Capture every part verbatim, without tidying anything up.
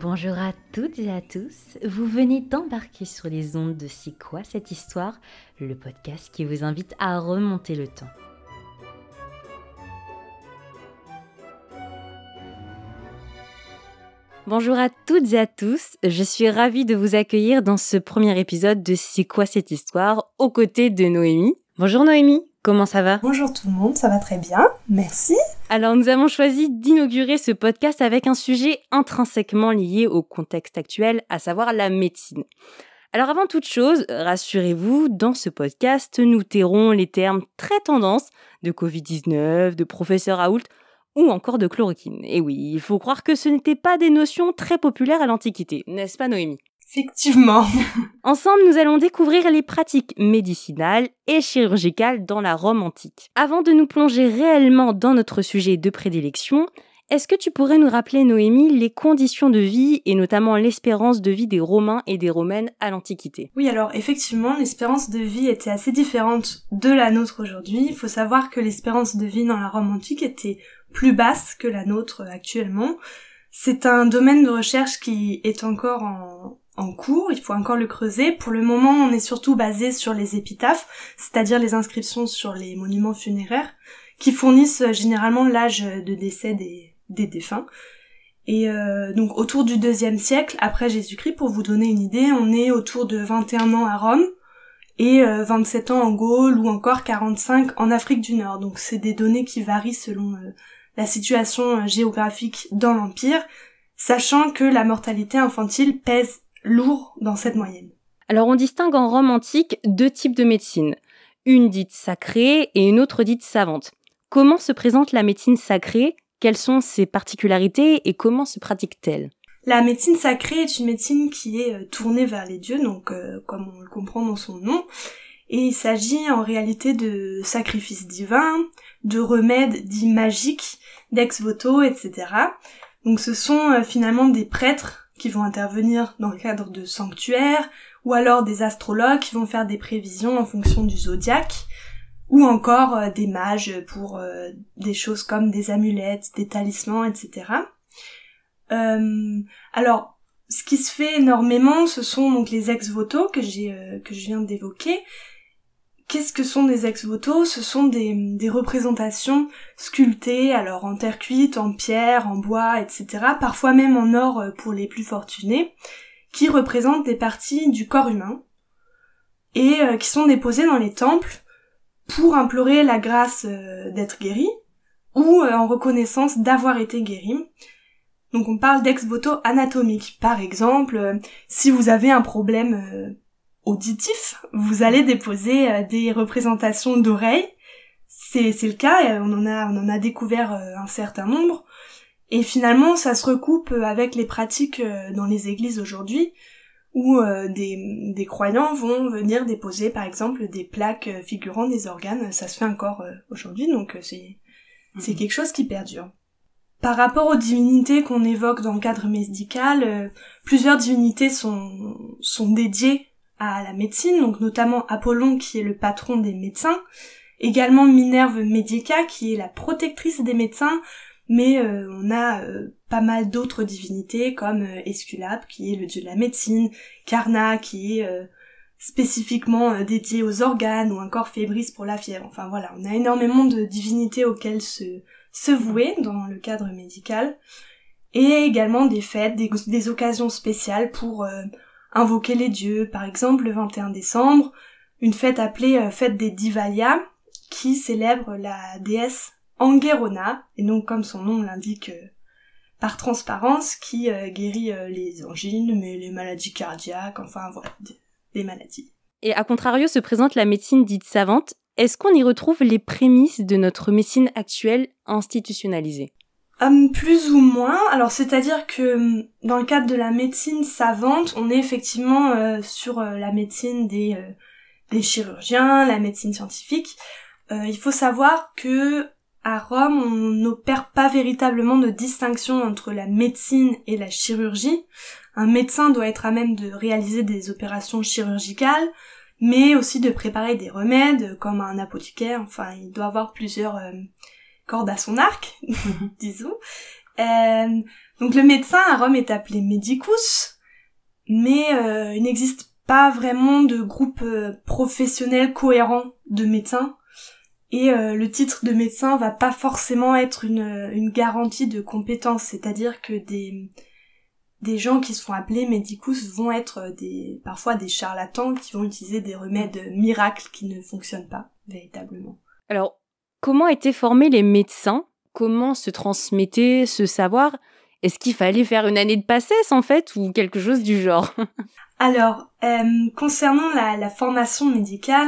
Bonjour à toutes et à tous, vous venez d'embarquer sur les ondes de C'est quoi cette histoire, le podcast qui vous invite à remonter le temps. Bonjour à toutes et à tous, je suis ravie de vous accueillir dans ce premier épisode de C'est quoi cette histoire, aux côtés de Noémie. Bonjour Noémie, comment ça va ? Bonjour tout le monde, ça va très bien, merci. Alors nous avons choisi d'inaugurer ce podcast avec un sujet intrinsèquement lié au contexte actuel, à savoir la médecine. Alors avant toute chose, rassurez-vous, dans ce podcast, nous tairons les termes très tendances de covid dix-neuf, de professeur Raoult ou encore de chloroquine. Et oui, il faut croire que ce n'étaient pas des notions très populaires à l'Antiquité, n'est-ce pas Noémie ? Effectivement. Ensemble, nous allons découvrir les pratiques médicinales et chirurgicales dans la Rome antique. Avant de nous plonger réellement dans notre sujet de prédilection, est-ce que tu pourrais nous rappeler, Noémie, les conditions de vie et notamment l'espérance de vie des Romains et des Romaines à l'Antiquité ? Oui, alors effectivement, l'espérance de vie était assez différente de la nôtre aujourd'hui. Il faut savoir que l'espérance de vie dans la Rome antique était plus basse que la nôtre actuellement. C'est un domaine de recherche qui est encore en en cours, il faut encore le creuser. Pour le moment, on est surtout basé sur les épitaphes, c'est-à-dire les inscriptions sur les monuments funéraires, qui fournissent généralement l'âge de décès des, des défunts. Et euh, donc autour du deuxième siècle, après Jésus-Christ, pour vous donner une idée, on est autour de vingt et un ans à Rome, et euh, vingt-sept ans en Gaule, ou encore quarante-cinq en Afrique du Nord. Donc c'est des données qui varient selon euh, la situation géographique dans l'Empire, sachant que la mortalité infantile pèse lourd dans cette moyenne. Alors on distingue en Rome antique deux types de médecine, une dite sacrée et une autre dite savante. Comment se présente la médecine sacrée ? Quelles sont ses particularités et comment se pratique-t-elle ? La médecine sacrée est une médecine qui est tournée vers les dieux, donc euh, comme on le comprend dans son nom, et il s'agit en réalité de sacrifices divins, de remèdes dits magiques, d'ex voto, et cetera. Donc ce sont euh, finalement des prêtres qui vont intervenir dans le cadre de sanctuaires, ou alors des astrologues qui vont faire des prévisions en fonction du zodiaque, ou encore euh, des mages pour euh, des choses comme des amulettes, des talismans, et cetera. Euh, alors, ce qui se fait énormément, ce sont donc les ex-voto que j'ai euh, que je viens d'évoquer. Qu'est-ce que sont des ex-voto ? Ce sont des, des représentations sculptées, alors en terre cuite, en pierre, en bois, et cetera, parfois même en or pour les plus fortunés, qui représentent des parties du corps humain, et euh, qui sont déposées dans les temples pour implorer la grâce euh, d'être guéri, ou euh, en reconnaissance d'avoir été guéri. Donc on parle d'ex-voto anatomique. Par exemple, euh, si vous avez un problème euh, auditif, vous allez déposer euh, des représentations d'oreilles. C'est, c'est le cas, et on en a, on en a découvert euh, un certain nombre. Et finalement, ça se recoupe avec les pratiques euh, dans les églises aujourd'hui, où euh, des, des croyants vont venir déposer, par exemple, des plaques euh, figurant des organes. Ça se fait encore euh, aujourd'hui, donc euh, c'est, mmh. c'est quelque chose qui perdure. Par rapport aux divinités qu'on évoque dans le cadre médical, euh, plusieurs divinités sont, sont dédiées à la médecine, donc notamment Apollon qui est le patron des médecins, également Minerve Medica qui est la protectrice des médecins, mais euh, on a euh, pas mal d'autres divinités comme euh, Esculape qui est le dieu de la médecine, Carna qui est euh, spécifiquement euh, dédié aux organes, ou encore Fébris pour la fièvre. Enfin voilà, on a énormément de divinités auxquelles se, se vouer dans le cadre médical, et également des fêtes, des, des occasions spéciales pour euh, invoquer les dieux. Par exemple, le vingt et un décembre, une fête appelée euh, fête des Divalia, qui célèbre la déesse Anguerona, et donc comme son nom l'indique euh, par transparence, qui euh, guérit euh, les angines, mais les maladies cardiaques, enfin voilà, des, des maladies. Et à contrario se présente la médecine dite savante. Est-ce qu'on y retrouve les prémices de notre médecine actuelle institutionnalisée ? Um, plus ou moins. Alors c'est-à-dire que dans le cadre de la médecine savante, on est effectivement euh, sur euh, la médecine des, euh, des chirurgiens, la médecine scientifique. Euh, il faut savoir que à Rome, on n'opère pas véritablement de distinction entre la médecine et la chirurgie. Un médecin doit être à même de réaliser des opérations chirurgicales, mais aussi de préparer des remèdes, comme un apothicaire. Enfin, il doit avoir plusieurs euh, cordes à son arc, disons. Euh, donc le médecin à Rome est appelé medicus, mais euh, il n'existe pas vraiment de groupe euh, professionnel cohérent de médecins, et euh, le titre de médecin va pas forcément être une, une garantie de compétence, c'est-à-dire que des, des gens qui se font appeler medicus vont être des, parfois des charlatans qui vont utiliser des remèdes miracles qui ne fonctionnent pas véritablement. Alors, comment étaient formés les médecins ? Comment se transmettait ce savoir ? Est-ce qu'il fallait faire une année de passesse, en fait, ou quelque chose du genre ? Alors, euh, concernant la, la formation médicale,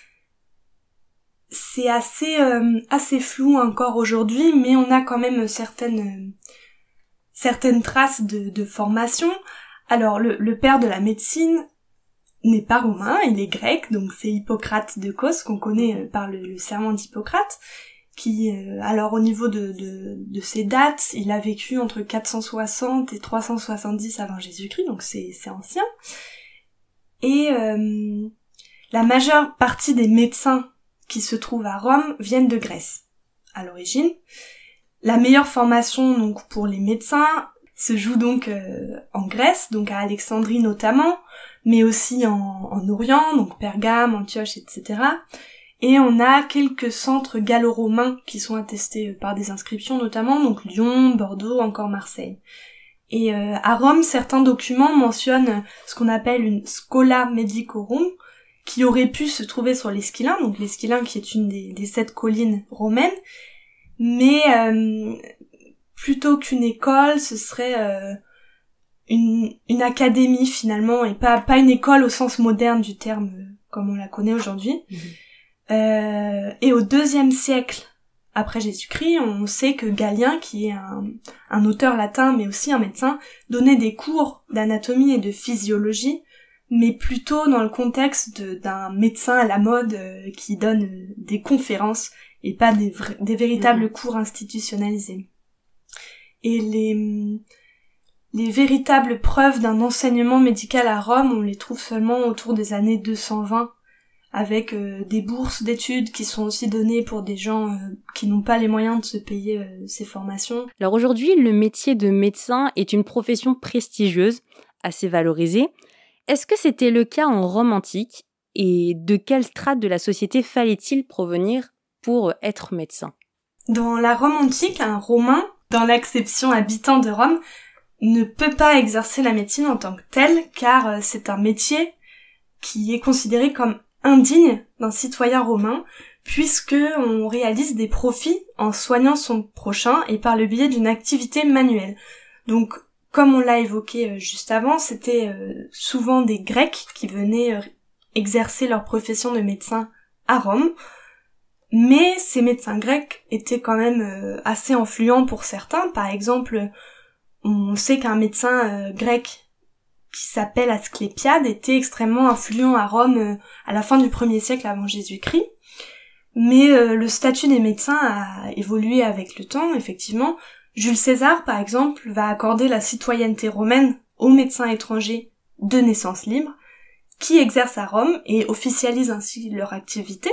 c'est assez euh, assez flou encore aujourd'hui, mais on a quand même certaines euh, certaines traces de, de formation. Alors, le, le père de la médecine n'est pas romain, il est grec, donc c'est Hippocrate de Cos, qu'on connaît euh, par le, le serment d'Hippocrate, qui, euh, alors au niveau de, de, de ses dates, il a vécu entre quatre cent soixante et trois cent soixante-dix avant Jésus-Christ, donc c'est, c'est ancien. Et euh, la majeure partie des médecins qui se trouvent à Rome viennent de Grèce, à l'origine. La meilleure formation donc pour les médecins se joue donc euh, en Grèce, donc à Alexandrie notamment, mais aussi en, en Orient, donc Pergame, Antioche, et cetera. Et on a quelques centres gallo-romains qui sont attestés par des inscriptions notamment, donc Lyon, Bordeaux, encore Marseille. Et euh, à Rome, certains documents mentionnent ce qu'on appelle une scola medicorum, qui aurait pu se trouver sur l'Esquilin, donc l'Esquilin qui est une des, des sept collines romaines, mais euh, plutôt qu'une école, ce serait euh, une, une académie finalement, et pas, pas une école au sens moderne du terme, euh, comme on la connaît aujourd'hui. Mmh. Euh, et au deuxième siècle après Jésus-Christ, on sait que Galien, qui est un, un auteur latin mais aussi un médecin, donnait des cours d'anatomie et de physiologie, mais plutôt dans le contexte de, d'un médecin à la mode euh, qui donne euh, des conférences et pas des, vra- des véritables mmh. cours institutionnalisés. Et les, les véritables preuves d'un enseignement médical à Rome, on les trouve seulement autour des années deux cent vingt, avec euh, des bourses d'études qui sont aussi données pour des gens euh, qui n'ont pas les moyens de se payer euh, ces formations. Alors aujourd'hui, le métier de médecin est une profession prestigieuse, assez valorisée. Est-ce que c'était le cas en Rome antique ? Et de quelle strate de la société fallait-il provenir pour être médecin ? Dans la Rome antique, un Romain, dans l'acception habitant de Rome, ne peut pas exercer la médecine en tant que tel, car euh, c'est un métier qui est considéré comme indigne d'un citoyen romain, puisque on réalise des profits en soignant son prochain et par le biais d'une activité manuelle. Donc, comme on l'a évoqué juste avant, c'était souvent des Grecs qui venaient exercer leur profession de médecin à Rome, mais ces médecins grecs étaient quand même assez influents pour certains. Par exemple, on sait qu'un médecin grec qui s'appelle Asclépiade, était extrêmement influent à Rome euh, à la fin du premier siècle avant Jésus-Christ. Mais euh, le statut des médecins a évolué avec le temps, effectivement. Jules César, par exemple, va accorder la citoyenneté romaine aux médecins étrangers de naissance libre, qui exercent à Rome et officialisent ainsi leur activité.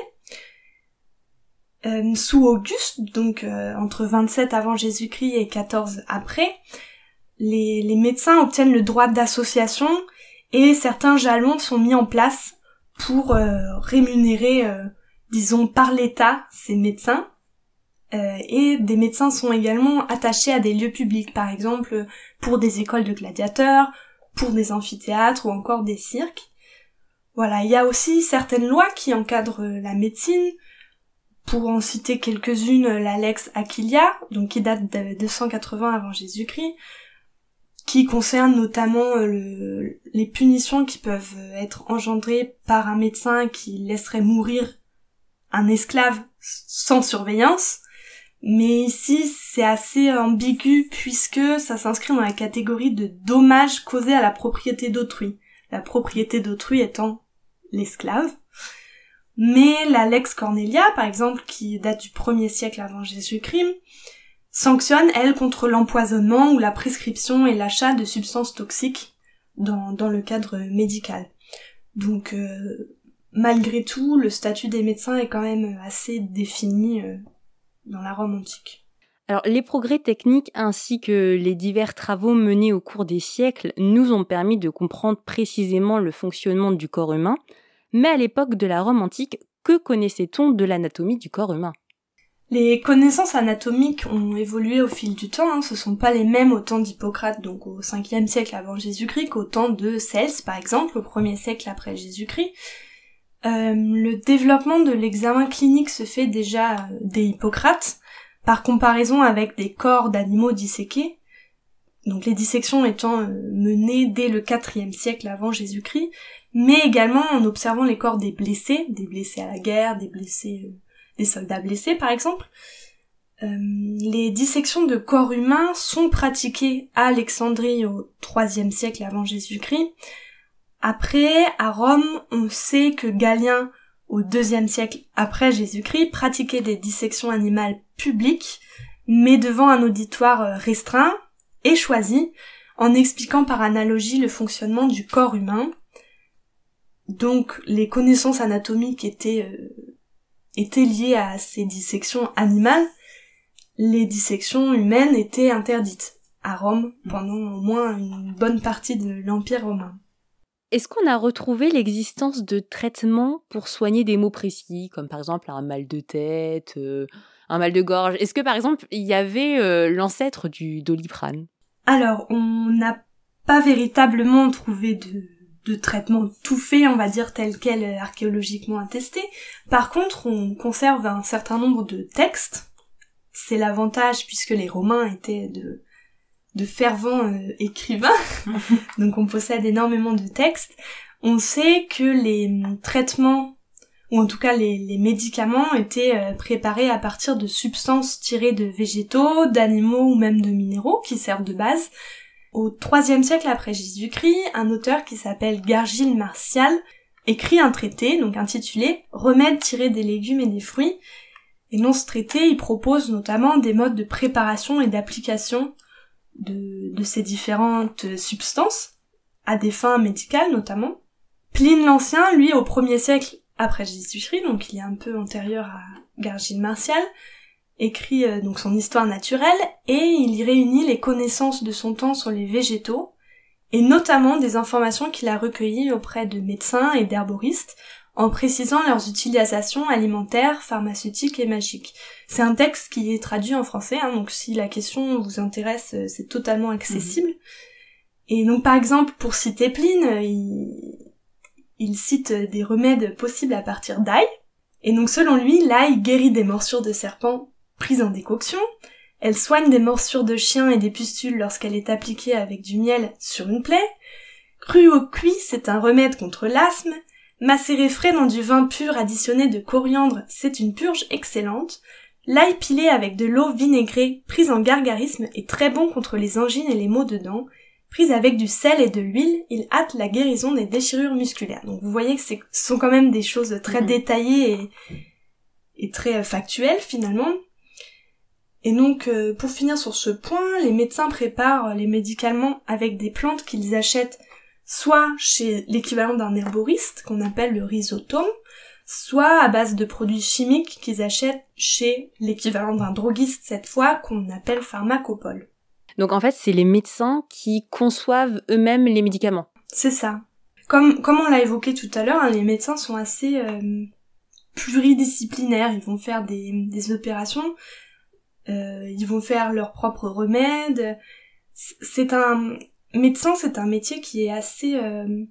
Euh, sous Auguste, donc euh, entre vingt-sept avant Jésus-Christ et quatorze après, Les, les médecins obtiennent le droit d'association et certains jalons sont mis en place pour euh, rémunérer, euh, disons, par l'État ces médecins. Euh, et des médecins sont également attachés à des lieux publics, par exemple pour des écoles de gladiateurs, pour des amphithéâtres ou encore des cirques. Voilà, il y a aussi certaines lois qui encadrent la médecine. Pour en citer quelques-unes, la Lex Aquilia, donc qui date de deux cent quatre-vingts avant Jésus-Christ, qui concerne notamment le, les punitions qui peuvent être engendrées par un médecin qui laisserait mourir un esclave sans surveillance. Mais ici, c'est assez ambigu puisque ça s'inscrit dans la catégorie de dommages causés à la propriété d'autrui. La propriété d'autrui étant l'esclave. Mais la Lex Cornelia, par exemple, qui date du premier siècle avant Jésus-Christ, sanctionne, elle, contre l'empoisonnement ou la prescription et l'achat de substances toxiques dans, dans le cadre médical. Donc, euh, malgré tout, le statut des médecins est quand même assez défini euh, dans la Rome antique. Alors, les progrès techniques ainsi que les divers travaux menés au cours des siècles nous ont permis de comprendre précisément le fonctionnement du corps humain, mais à l'époque de la Rome antique, que connaissait-on de l'anatomie du corps humain ? Les connaissances anatomiques ont évolué au fil du temps, hein. Ce sont pas les mêmes au temps d'Hippocrate, donc au cinquième siècle avant Jésus-Christ, qu'au temps de Celse, par exemple, au premier siècle après Jésus-Christ. Euh, le développement de l'examen clinique se fait déjà euh, dès Hippocrate, par comparaison avec des corps d'animaux disséqués, donc les dissections étant euh, menées dès le quatrième siècle avant Jésus-Christ, mais également en observant les corps des blessés, des blessés à la guerre, des blessés, euh, des soldats blessés par exemple. Euh, les dissections de corps humains sont pratiquées à Alexandrie au troisième siècle avant Jésus-Christ. Après, à Rome, on sait que Galien, au deuxième siècle après Jésus-Christ, pratiquait des dissections animales publiques, mais devant un auditoire restreint et choisi, en expliquant par analogie le fonctionnement du corps humain. Donc, les connaissances anatomiques étaient, euh, étaient liées à ces dissections animales. Les dissections humaines étaient interdites à Rome pendant au moins une bonne partie de l'Empire romain. Est-ce qu'on a retrouvé l'existence de traitements pour soigner des maux précis, comme par exemple un mal de tête, euh, un mal de gorge ? Est-ce que par exemple il y avait euh, l'ancêtre du Doliprane ? Alors, on n'a pas véritablement trouvé de, de traitement tout fait, on va dire tel quel archéologiquement attesté. Par contre, on conserve un certain nombre de textes. C'est l'avantage puisque les Romains étaient de... de fervents euh, écrivains, donc on possède énormément de textes. On sait que les traitements, ou en tout cas les, les médicaments, étaient euh, préparés à partir de substances tirées de végétaux, d'animaux ou même de minéraux qui servent de base. Au troisième siècle après Jésus-Christ, un auteur qui s'appelle Gargile Martial écrit un traité, donc intitulé « Remèdes tirés des légumes et des fruits ». Et dans ce traité, il propose notamment des modes de préparation et d'application De, de ces différentes substances, à des fins médicales notamment. Pline l'Ancien, lui, au premier siècle après Jésus-Christ, donc il est un peu antérieur à Gargile Martial, écrit euh, donc son histoire naturelle, et il y réunit les connaissances de son temps sur les végétaux, et notamment des informations qu'il a recueillies auprès de médecins et d'herboristes, en précisant leurs utilisations alimentaires, pharmaceutiques et magiques. C'est un texte qui est traduit en français, hein, donc si la question vous intéresse, c'est totalement accessible. Mmh. Et donc par exemple, pour citer Pline, il, il cite des remèdes possibles à partir d'ail, et donc selon lui, l'ail guérit des morsures de serpents prises en décoction, elle soigne des morsures de chiens et des pustules lorsqu'elle est appliquée avec du miel sur une plaie, cru au cuit, c'est un remède contre l'asthme, macéré frais dans du vin pur additionné de coriandre, c'est une purge excellente. L'ail pilé avec de l'eau vinaigrée, prise en gargarisme, est très bon contre les angines et les maux de dents. Prise avec du sel et de l'huile, il hâte la guérison des déchirures musculaires. Donc vous voyez que c'est, ce sont quand même des choses très mmh. détaillées et, et très factuelles finalement. Et donc, euh, pour finir sur ce point, les médecins préparent les médicaments avec des plantes qu'ils achètent soit chez l'équivalent d'un herboriste, qu'on appelle le rhizotome, soit à base de produits chimiques qu'ils achètent chez l'équivalent d'un droguiste cette fois, qu'on appelle pharmacopole. Donc en fait, c'est les médecins qui conçoivent eux-mêmes les médicaments. C'est ça. Comme, comme on l'a évoqué tout à l'heure, hein, les médecins sont assez euh, pluridisciplinaires, ils vont faire des, des opérations, euh, ils vont faire leurs propres remèdes. C'est un... Médecin, c'est un métier qui est assez euh,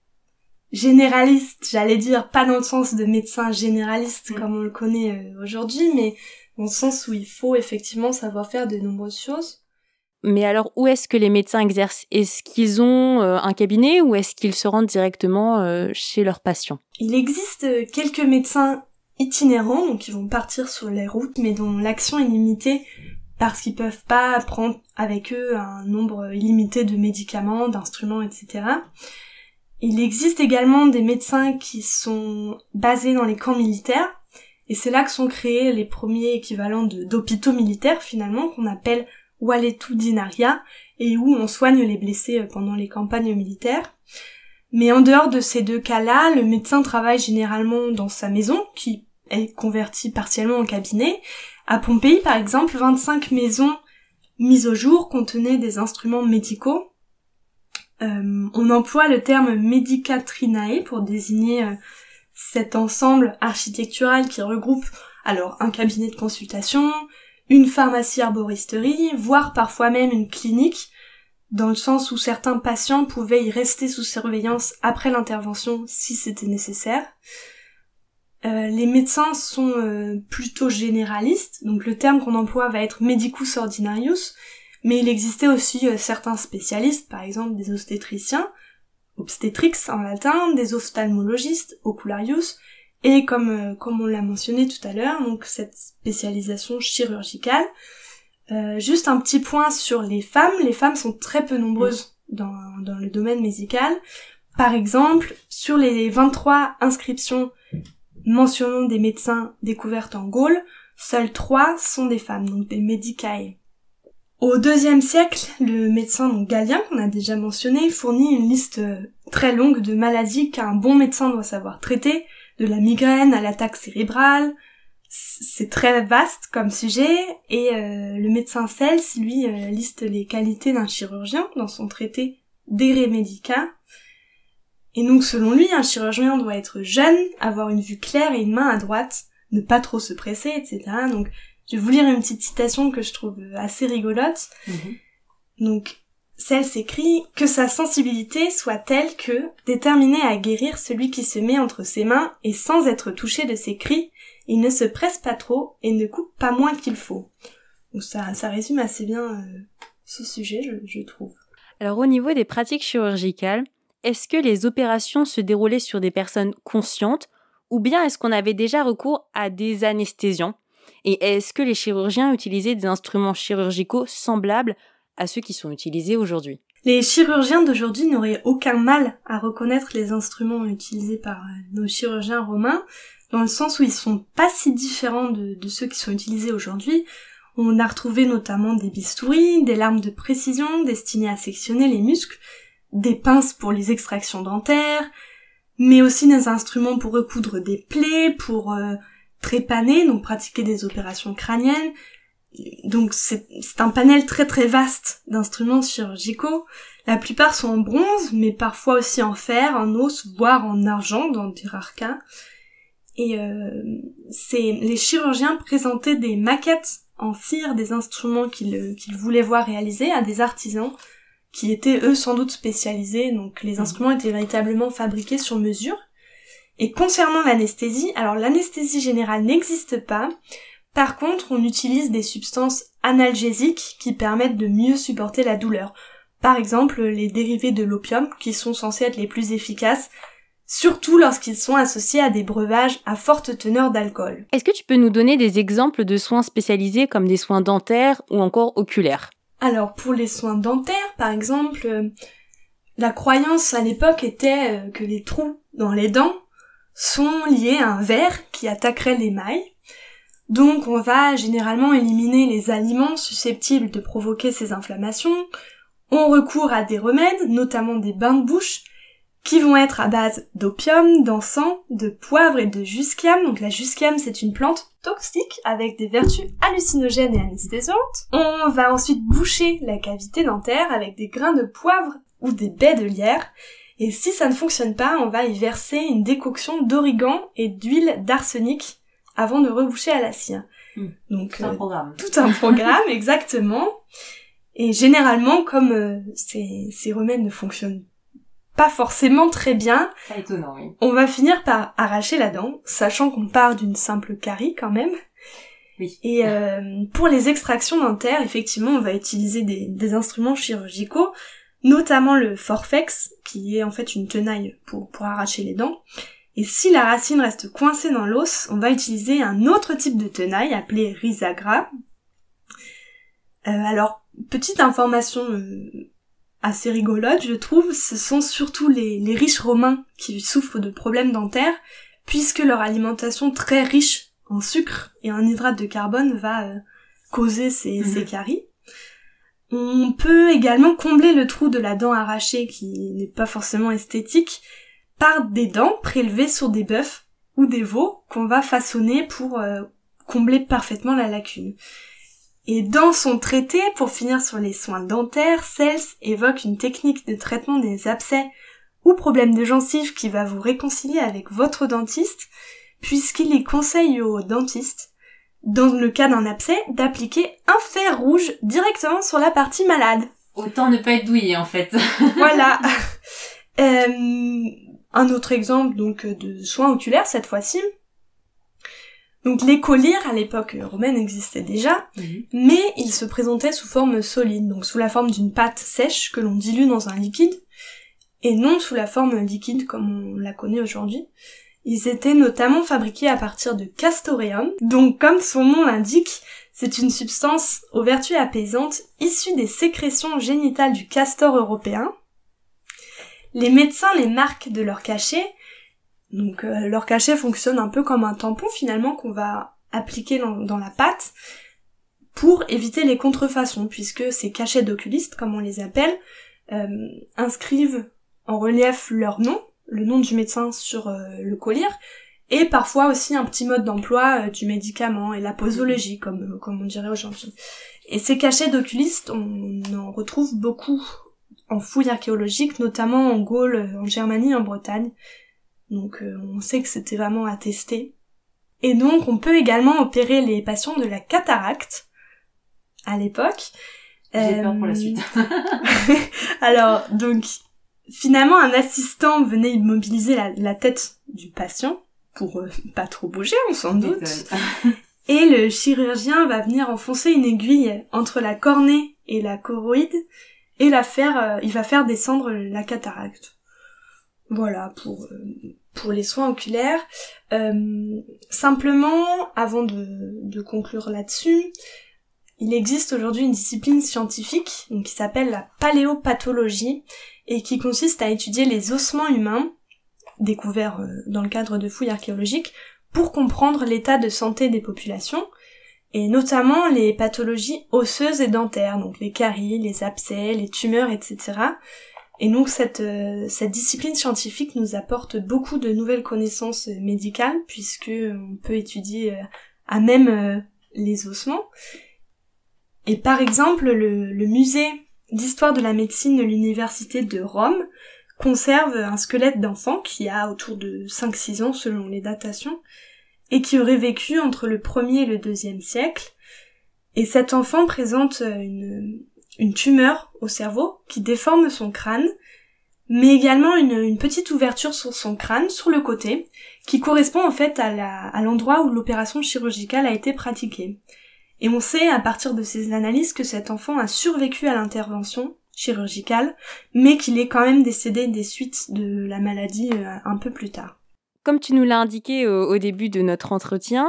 généraliste, j'allais dire, pas dans le sens de médecin généraliste mmh. comme on le connaît euh, aujourd'hui, mais dans le sens où il faut effectivement savoir faire de nombreuses choses. Mais alors, où est-ce que les médecins exercent ? Est-ce qu'ils ont euh, un cabinet ou est-ce qu'ils se rendent directement euh, chez leurs patients ? Il existe quelques médecins itinérants, donc ils vont partir sur les routes, mais dont l'action est limitée parce qu'ils peuvent pas prendre avec eux un nombre illimité de médicaments, d'instruments, et cetera. Il existe également des médecins qui sont basés dans les camps militaires, et c'est là que sont créés les premiers équivalents de, d'hôpitaux militaires finalement, qu'on appelle Waletudinaria, et où on soigne les blessés pendant les campagnes militaires. Mais en dehors de ces deux cas-là, le médecin travaille généralement dans sa maison, qui est convertie partiellement en cabinet, À Pompéi, par exemple, vingt-cinq maisons mises au jour contenaient des instruments médicaux. Euh, on emploie le terme medicatrinae pour désigner euh, cet ensemble architectural qui regroupe alors un cabinet de consultation, une pharmacie arboristerie, voire parfois même une clinique, dans le sens où certains patients pouvaient y rester sous surveillance après l'intervention si c'était nécessaire. Euh, les médecins sont euh, plutôt généralistes, donc le terme qu'on emploie va être medicus ordinarius, mais il existait aussi euh, certains spécialistes, par exemple des obstétriciens, obstetrix en latin, des ophtalmologistes, ocularius, et comme euh, comme on l'a mentionné tout à l'heure, donc cette spécialisation chirurgicale. Euh, juste un petit point sur les femmes, les femmes sont très peu nombreuses dans, dans le domaine médical. Par exemple, sur les vingt-trois inscriptions mentionnant des médecins découvertes en Gaule, seules trois sont des femmes, donc des medicae. Au deuxième siècle, le médecin donc Galien, qu'on a déjà mentionné, fournit une liste très longue de maladies qu'un bon médecin doit savoir traiter, de la migraine à l'attaque cérébrale. C'est très vaste comme sujet, et euh, le médecin Cels, lui, euh, liste les qualités d'un chirurgien dans son traité De Re Medica. Et donc, selon lui, un chirurgien doit être jeune, avoir une vue claire et une main à droite, ne pas trop se presser, et cetera. Donc, je vais vous lire une petite citation que je trouve assez rigolote. Mm-hmm. Donc, Cels écrit « Que sa sensibilité soit telle que, déterminée à guérir celui qui se met entre ses mains, et sans être touché de ses cris, il ne se presse pas trop et ne coupe pas moins qu'il faut. » Donc ça, ça résume assez bien euh, ce sujet, je, je trouve. Alors au niveau des pratiques chirurgicales, est-ce que les opérations se déroulaient sur des personnes conscientes ou bien est-ce qu'on avait déjà recours à des anesthésiants? Et est-ce que les chirurgiens utilisaient des instruments chirurgicaux semblables à ceux qui sont utilisés aujourd'hui? Les chirurgiens d'aujourd'hui n'auraient aucun mal à reconnaître les instruments utilisés par nos chirurgiens romains, dans le sens où ils sont pas si différents de, de ceux qui sont utilisés aujourd'hui. On a retrouvé notamment des bistouris, des lames de précision destinées à sectionner les muscles, des pinces pour les extractions dentaires, mais aussi des instruments pour recoudre des plaies, pour euh, trépaner, donc pratiquer des opérations crâniennes. Donc c'est, c'est un panel très très vaste d'instruments chirurgicaux. La plupart sont en bronze, mais parfois aussi en fer, en os, voire en argent dans des rares cas. Et euh, c'est les chirurgiens présentaient des maquettes en cire des instruments qu'ils, qu'ils voulaient voir réalisés à des artisans qui étaient eux sans doute spécialisés, donc les instruments étaient véritablement fabriqués sur mesure. Et concernant l'anesthésie, alors l'anesthésie générale n'existe pas, par contre on utilise des substances analgésiques qui permettent de mieux supporter la douleur. Par exemple les dérivés de l'opium qui sont censés être les plus efficaces, surtout lorsqu'ils sont associés à des breuvages à forte teneur d'alcool. Est-ce que tu peux nous donner des exemples de soins spécialisés comme des soins dentaires ou encore oculaires? Alors pour les soins dentaires, par exemple, euh, la croyance à l'époque était euh, que les trous dans les dents sont liés à un ver qui attaquerait l'émail. Donc on va généralement éliminer les aliments susceptibles de provoquer ces inflammations. On recourt à des remèdes, notamment des bains de bouche, qui vont être à base d'opium, d'encens, de poivre et de jusquiam. Donc la jusquiam, c'est une plante toxique avec des vertus hallucinogènes et anesthésiantes. On va ensuite boucher la cavité dentaire avec des grains de poivre ou des baies de lierre. Et si ça ne fonctionne pas, on va y verser une décoction d'origan et d'huile d'arsenic avant de reboucher à la cire. Mmh, Donc, tout un euh, programme. Tout un programme, exactement. Et généralement, comme euh, ces, ces remèdes ne fonctionnent pas forcément très bien, pas étonnant, oui. On va finir par arracher la dent, sachant qu'on part d'une simple carie quand même. Oui. Et euh, pour les extractions dentaires, effectivement, on va utiliser des, des instruments chirurgicaux, notamment le forfex, qui est en fait une tenaille pour, pour arracher les dents. Et si la racine reste coincée dans l'os, on va utiliser un autre type de tenaille appelé risagra. Euh, alors, petite information euh, assez rigolote, je trouve, ce sont surtout les, les riches romains qui souffrent de problèmes dentaires, puisque leur alimentation très riche en sucre et en hydrate de carbone va euh, causer ces, mmh. ces caries. On peut également combler le trou de la dent arrachée, qui n'est pas forcément esthétique, par des dents prélevées sur des bœufs ou des veaux qu'on va façonner pour euh, combler parfaitement la lacune. Et dans son traité, pour finir sur les soins dentaires, Cels évoque une technique de traitement des abcès ou problèmes de gencives qui va vous réconcilier avec votre dentiste, puisqu'il y conseille aux dentistes, dans le cas d'un abcès, d'appliquer un fer rouge directement sur la partie malade. Autant ne pas être douillé, en fait. Voilà. Euh, un autre exemple, donc, de soins oculaires, cette fois-ci. Donc, les collyres, à l'époque romaine, existaient déjà, mmh. mais ils se présentaient sous forme solide, donc sous la forme d'une pâte sèche que l'on dilue dans un liquide, et non sous la forme liquide comme on la connaît aujourd'hui. Ils étaient notamment fabriqués à partir de castoreum, donc comme son nom l'indique, c'est une substance aux vertus apaisantes issue des sécrétions génitales du castor européen. Les médecins les marquent de leur cachet, donc euh, leur cachet fonctionne un peu comme un tampon finalement qu'on va appliquer dans, dans la pâte pour éviter les contrefaçons, puisque ces cachets d'oculistes, comme on les appelle, euh, inscrivent en relief leur nom, le nom du médecin sur euh, le collyre, et parfois aussi un petit mode d'emploi euh, du médicament et la posologie, comme, euh, comme on dirait aujourd'hui. Et ces cachets d'oculistes, on en retrouve beaucoup en fouilles archéologiques, notamment en Gaule, en Germanie, en Bretagne. Donc euh, on sait que c'était vraiment attesté. Et donc on peut également opérer les patients de la cataracte à l'époque. J'ai euh... peur pour la suite. Alors donc finalement un assistant venait immobiliser la, la tête du patient pour euh, pas trop bouger, on s'en doute. Et le chirurgien va venir enfoncer une aiguille entre la cornée et la choroïde et la faire, euh, il va faire descendre la cataracte. Voilà pour euh, pour les soins oculaires. Euh, simplement, avant de, de conclure là-dessus, il existe aujourd'hui une discipline scientifique donc, qui s'appelle la paléopathologie et qui consiste à étudier les ossements humains découverts euh, dans le cadre de fouilles archéologiques pour comprendre l'état de santé des populations et notamment les pathologies osseuses et dentaires, donc les caries, les abcès, les tumeurs, et cetera. Et donc cette, euh, cette discipline scientifique nous apporte beaucoup de nouvelles connaissances médicales puisque on peut étudier euh, à même euh, les ossements. Et par exemple, le, le musée d'histoire de la médecine de l'université de Rome conserve un squelette d'enfant qui a autour de cinq six ans selon les datations et qui aurait vécu entre le premier et le deuxième siècle. Et cet enfant présente une... une tumeur au cerveau qui déforme son crâne, mais également une, une petite ouverture sur son crâne, sur le côté, qui correspond en fait à, la, à l'endroit où l'opération chirurgicale a été pratiquée. Et on sait à partir de ces analyses que cet enfant a survécu à l'intervention chirurgicale, mais qu'il est quand même décédé des suites de la maladie euh, un peu plus tard. Comme tu nous l'as indiqué au, au début de notre entretien,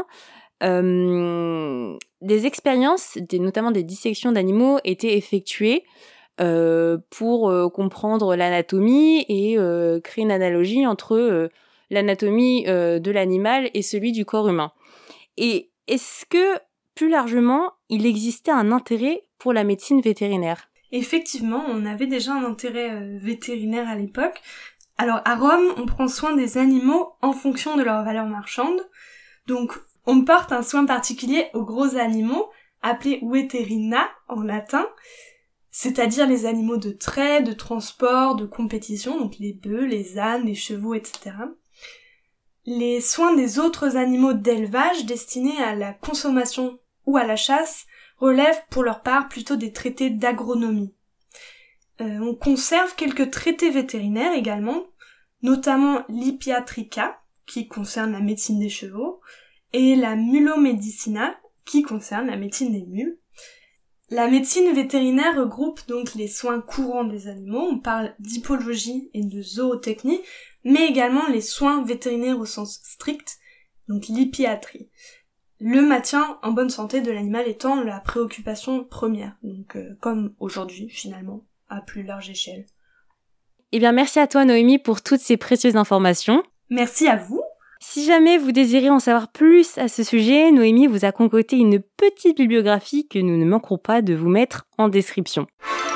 Euh, des expériences, des, notamment des dissections d'animaux, étaient effectuées euh, pour euh, comprendre l'anatomie et euh, créer une analogie entre euh, l'anatomie euh, de l'animal et celui du corps humain. Et est-ce que, plus largement, il existait un intérêt pour la médecine vétérinaire ? Effectivement, on avait déjà un intérêt euh, vétérinaire à l'époque. Alors, à Rome, on prend soin des animaux en fonction de leur valeur marchande. Donc, on porte un soin particulier aux gros animaux, appelés veterina en latin, c'est-à-dire les animaux de trait, de transport, de compétition, donc les bœufs, les ânes, les chevaux, et cetera. Les soins des autres animaux d'élevage destinés à la consommation ou à la chasse relèvent pour leur part plutôt des traités d'agronomie. Euh, on conserve quelques traités vétérinaires également, notamment l'Hippiatrica, qui concerne la médecine des chevaux, et la Mulomedicina, qui concerne la médecine des mules. La médecine vétérinaire regroupe donc les soins courants des animaux, on parle d'hippologie et de zootechnie, mais également les soins vétérinaires au sens strict, donc l'hippiatrie. Le maintien en bonne santé de l'animal étant la préoccupation première, donc euh, comme aujourd'hui finalement, à plus large échelle. Eh bien merci à toi Noémie pour toutes ces précieuses informations. Merci à vous. Si jamais vous désirez en savoir plus à ce sujet, Noémie vous a concocté une petite bibliographie que nous ne manquerons pas de vous mettre en description.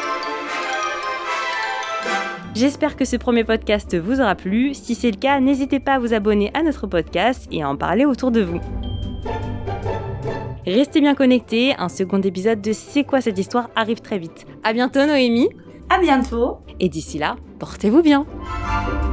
J'espère que ce premier podcast vous aura plu. Si c'est le cas, n'hésitez pas à vous abonner à notre podcast et à en parler autour de vous. Restez bien connectés, un second épisode de C'est quoi cette histoire arrive très vite. À bientôt Noémie. À bientôt. Et d'ici là, portez-vous bien.